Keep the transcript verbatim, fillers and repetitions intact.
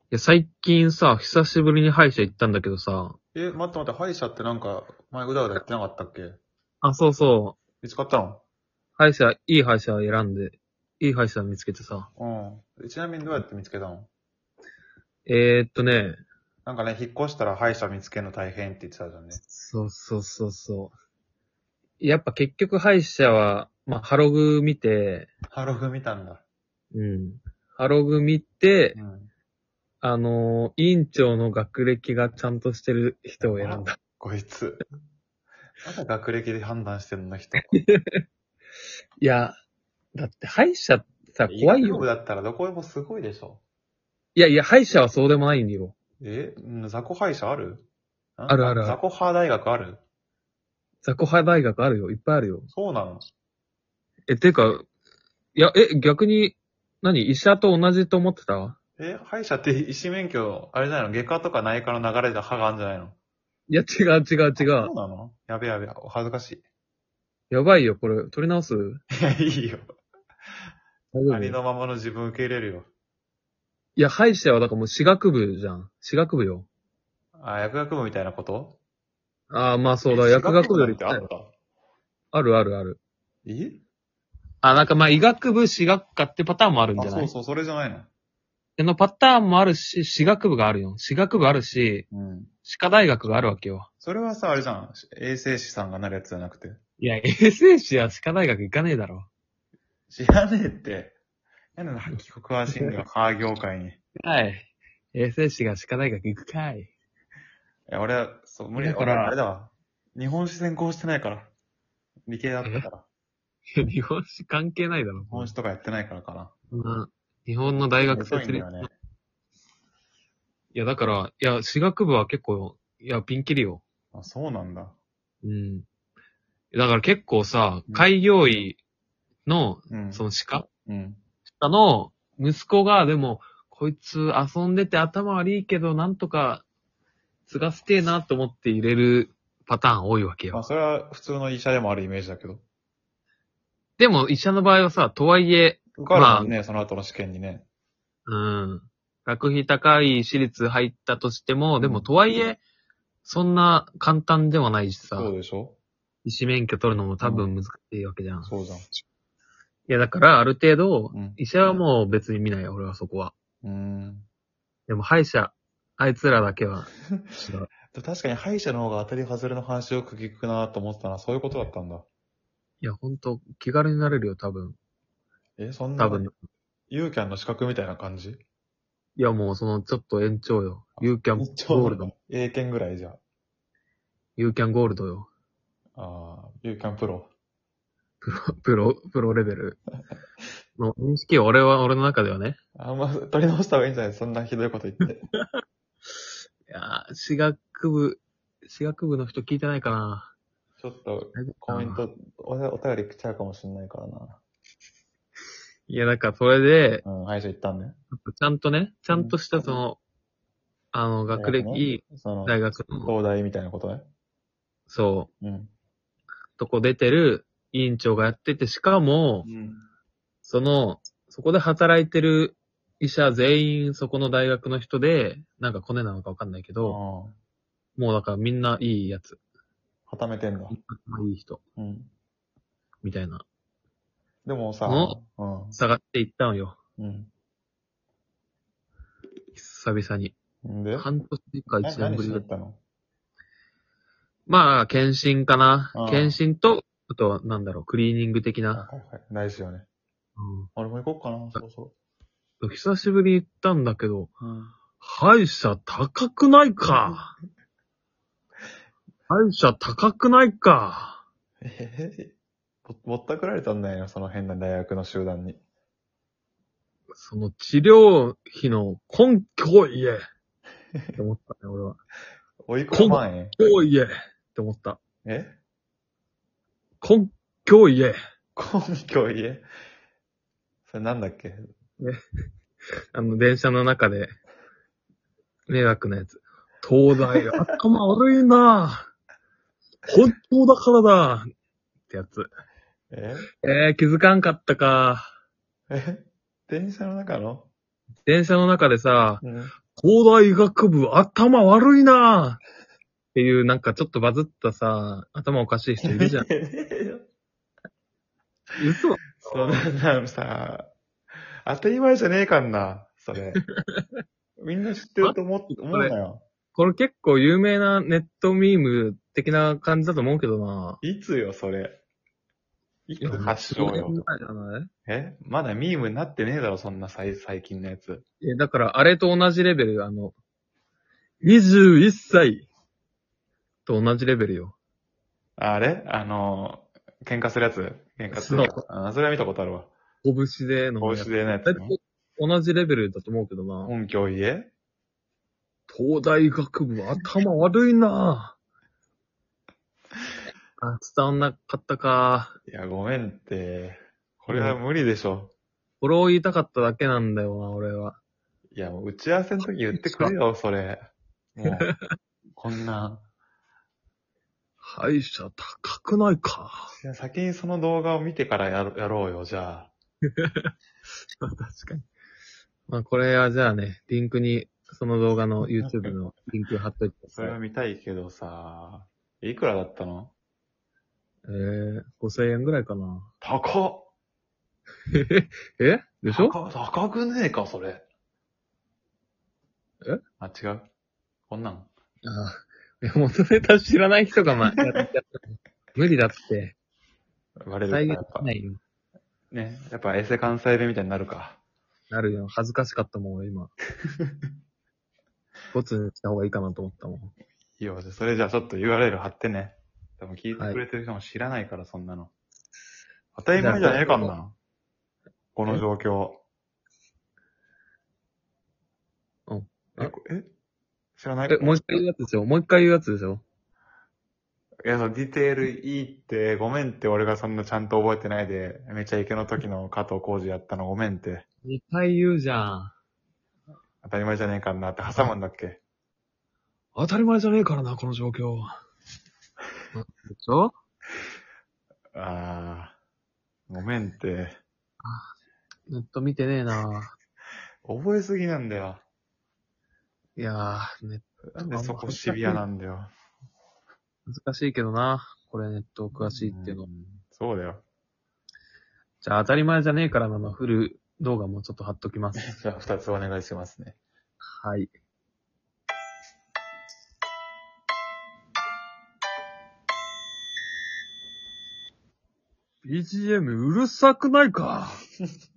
や、最近さ、久しぶりに歯医者行ったんだけどさ、 え、待って待って、歯医者ってなんか、前うだうだやってなかったっけ？ あ、そうそう、 見つかったの？ 歯医者、いい歯医者選んで、いい歯医者見つけてさ。 うん。ちなみにどうやって見つけたの？ えー、っとね、 なんかね、引っ越したら歯医者見つけるの大変って言ってたじゃんね。 そうそうそうそう。やっぱ結局歯医者は、まあ、ハログ見て、 ハログ見たんだ。 うん。ハログ見て、 うん。 あのー、院長の学歴がちゃんとしてる人を選んあ、 だ。 こいつ。まだ学歴で判断してんの人。 いや、だって歯医者さ、 医怖いよ。 学部だったらどこでもすごいでしょ。 いやいや、歯医者はそうでもないんだよ。 え、ん雑魚歯医者ある？んあ、 あるあるある。 雑魚歯大学ある？ 雑魚歯大学あるよ。いっぱいあるよ。 そうなの？ え、てか、いや、え、逆に、何医者と同じと思ってた？ え、歯医者って医師免許、あれじゃないの？外科とか内科の流れで歯があるんじゃないの？ いや、違う違う違あ、そう。 うなの？やべやべ、お恥ずかしい。 やばいよ、これ。取り直す？ いや、いいよ。 大丈夫？ ありのままの自分受け入れるよ。 いや、歯医者はだからもう歯学部じゃん。歯学部よ。 あ、薬学部みたいなこと？ ああ、まあそうだ。 え、歯薬学部よ学部なんり近い。 てあった？ あるあるある。 え、 あ、なんかまあ医学部、歯学科ってパターンもあるんじあ、 ゃない？ そうそう、それじゃないの。 そのパターンもあるし、歯学部があるよ。歯学部あるし、 うん。 歯科大学があるわけよ。 それはさ、あれじゃん。衛生士さんがなるやつじゃなくて。 いや、衛生士は歯科大学行かねえだろ。 知らねえって。なんで帰国はしんが歯業界に。いはい。衛生士が歯科大学行くかい。 や、俺は、そう、無理。俺、 だから、 あれだわ。日本史専攻してないから。理系だったえから。 日本史関係ないだろ、 日本史とかやってないからかな。 そんな日本の大学遅い設立。 んだよね。 いや、だから、いや、歯学部は結構、いや、ピンキリよ。 あ、そうなんだ。 うん。だから結構さ、 うん。 開業医の、 うん。 その歯科うん。 歯科の息子が、でも、こいつ遊んでて頭悪いけど、なんとか、継がせてえなと思って入れるパターン多いわけまあ、 よ。 それは普通の医者でもあるイメージだけど。 でも、医者の場合はさ、とはいえ、 受かるもんね、その後の試験にね。 うん。学費高い私立入ったとしても、でもうんとはいえ、そんな簡単ではないしさ、 そうでしょ？ 医師免許取るのも多分難しいわけじゃん。いそうじゃん。 や、だからある程度、 うん。 医者はもう別に見ないよ、俺はそこは。 うーん。 でも歯医者、あいつらだけは違う。 確かに歯医者の方が当たり外れの話よく聞くなと思ってたな。そういうことだったんだ。 いや、ほんと、気軽になれるよ、多分。 え、そんな、 多分。 ユーキャンの資格みたいな感じ？ いや、もうその、ちょっと延長よ。ユーキャン一応ゴールド。 なんだ。英検ぐらいじゃ。 ユーキャンゴールドよ。 ああ、ユーキャンプロ。 プロ、プロ、プロレベルの認識を俺は、俺の中ではね。 あんま取り直した方がいいんじゃない？そんなひどいこと言って。 いやー、歯学部、歯学部の人聞いてないかな。 ちょっとコメント、お、お便り来ちゃうかもしんないからな。 いや、だからそれで、 うん、歯医者行ったんね。 ちゃんとね、ちゃんとしたその、あの、学大学ね。 歴、 その、 大学の、 東大みたいなことね。 そう、 うん。 とこ出てる委員長がやってて、しかも、 うん。 その、そこで働いてる医者全員そこの大学の人で、なんかコネなのかわかんないけど、 ああ。 もうだからみんないいやつ。 固めてんだ。 いい人。 うん。 みたいなでもさ、 のうん。 探していったのよ。 うん。 久々に。 んで、 半年かな、何一年ぶりで。 しに行ったの？ まあ、検診かな。 うん検診と、あとはなんだろう、クリーニング的あ、 な。 はいはい。大事よね。 うん俺も行こうかな、そうそ久しぶりに行ったんだけど、 う。うん。 歯医者高くないか。歯医者高くないか。 えへへ。ぼ、ぼったくられたんだよ、その変な大学の集団に。 その治療費の根拠を言え。って思ったね、俺は。 おいくら万円？ 根拠を言え。って思った。 え根拠を言え。 根拠言え。それなんだっけ？ あの、電車の中で、迷惑なやつ。東大、頭悪いな。本当だからだ。ってやつ。 ええー、気づかんかったか。 え電車の中の？ 電車の中でさ、 うん。 東大医学部頭悪いなっていうなんかちょっとバズったさ、頭おかしい人いるじゃん。 見てねえよ。 嘘そんなんさ、当たり前じゃねえかんな、それ。みんな知ってると思っ思うなよ。 これ結構有名なネットミーム的な感じだと思うけどな。 いつよ、それ。いいやつ発祥よ。 じゃないえまだミームになってねえだろ、そんな最最近のやつ。 え、だからあれと同じレベルよ、あの、にじゅういっさいと同じレベルよ。 あれあの、喧嘩するやつ喧嘩するそうあ、それは見たことあるわ。 拳でのやつ。 公式でのやつあれとね。 同じレベルだと思うけどな。 本教言え東大医学部頭悪いなあ、伝わんなかったか。 いや、ごめんって。これは無理でしょ。 これを言いたかっただけなんだよな、俺は。 いや、もう打ち合わせの時言ってくれよ、それ。もう、こんな。 歯医者高くないか。 いや先にその動画を見てからやろやろうよ、じゃあ。 確かに。まあこれはじゃあね、リンクに、その動画の YouTube のリンク貼っといてください。 それは見たいけどさ、いくらだったのえー、ごせんえんぐらいかな。 高っえでしょ高、高くねえか、それ。 えあ、違う。こんなん。 ああ。いや、元ネタ知らない人がまあ、やっちゃった無理だって。 バレるか再らやっぱ。 現できないよ。 ね。やっぱエセ関西弁みたいになるか。 なるよ。恥ずかしかったもん、俺今。ボツにした方がいいかなと思ったもん。 いいよ。それじゃあちょっと ユーアールエル 貼ってね。多分聞いてはいくれてる人も知らないから、そんなの。当たり前じゃねえかんな。この状況。 うん。 え、こえ知らないえ、もう一回言うやつでしょもう一回言うやつでしょいや、そのディテールいいって、ごめんって俺がそんなちゃんと覚えてないで、めちゃイケの時の加藤浩次やったのごめんって。 二回言うじゃん。 当たり前じゃねえかんなって挟むんだっけ当たり前じゃねえからな、この状況。でしょあー、ごめんって。 ネット見てねえな。 覚えすぎなんだよ。 いやー、ネッなんでそこシビアなんだよ。 ト難しいけどな。これネット詳しいっていうの。 んそうだよ。 じゃあ当たり前じゃねえからなのフル動画もちょっと貼っときます。 じゃあ二つお願いしますね。 はい。ビージーエム うるさくないか